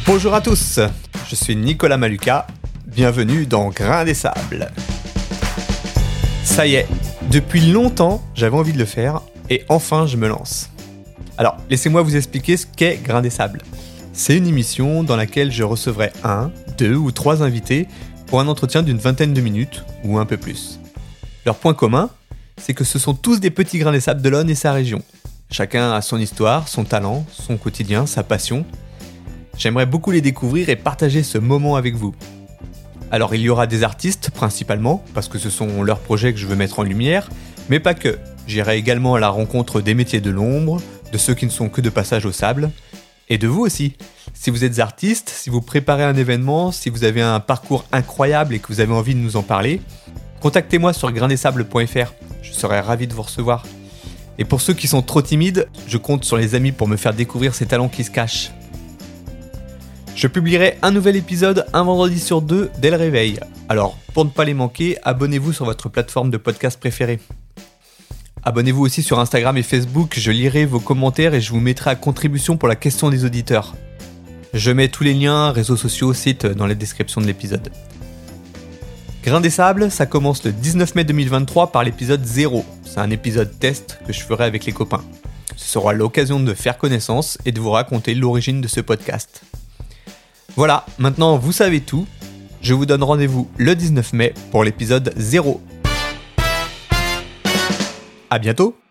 Bonjour à tous, je suis Nicolas Maluka, bienvenue dans Grains des Sables. Ça y est, depuis longtemps j'avais envie de le faire et enfin je me lance. Alors laissez-moi vous expliquer ce qu'est Grains des Sables. C'est une émission dans laquelle je recevrai 1, 2 ou 3 invités pour un entretien d'une vingtaine de minutes ou un peu plus. Leur point commun, c'est que ce sont tous des petits grains des sables de l'Aune et sa région. Chacun a son histoire, son talent, son quotidien, sa passion. J'aimerais beaucoup les découvrir et partager ce moment avec vous. Alors il y aura des artistes principalement, parce que ce sont leurs projets que je veux mettre en lumière, mais pas que. J'irai également à la rencontre des métiers de l'ombre, de ceux qui ne sont que de passage au sable, et de vous aussi. Si vous êtes artiste, si vous préparez un événement, si vous avez un parcours incroyable et que vous avez envie de nous en parler, contactez-moi sur graindessables.fr, je serai ravi de vous recevoir. Et pour ceux qui sont trop timides, je compte sur les amis pour me faire découvrir ces talents qui se cachent. Je publierai un nouvel épisode un vendredi sur 2 dès le réveil. Alors, pour ne pas les manquer, abonnez-vous sur votre plateforme de podcast préférée. Abonnez-vous aussi sur Instagram et Facebook, je lirai vos commentaires et je vous mettrai à contribution pour la question des auditeurs. Je mets tous les liens, réseaux sociaux, sites dans la description de l'épisode. Grains des Sables, ça commence le 19 mai 2023 par l'épisode 0. C'est un épisode test que je ferai avec les copains. Ce sera l'occasion de faire connaissance et de vous raconter l'origine de ce podcast. Voilà, maintenant vous savez tout. Je vous donne rendez-vous le 19 mai pour l'épisode 0. À bientôt!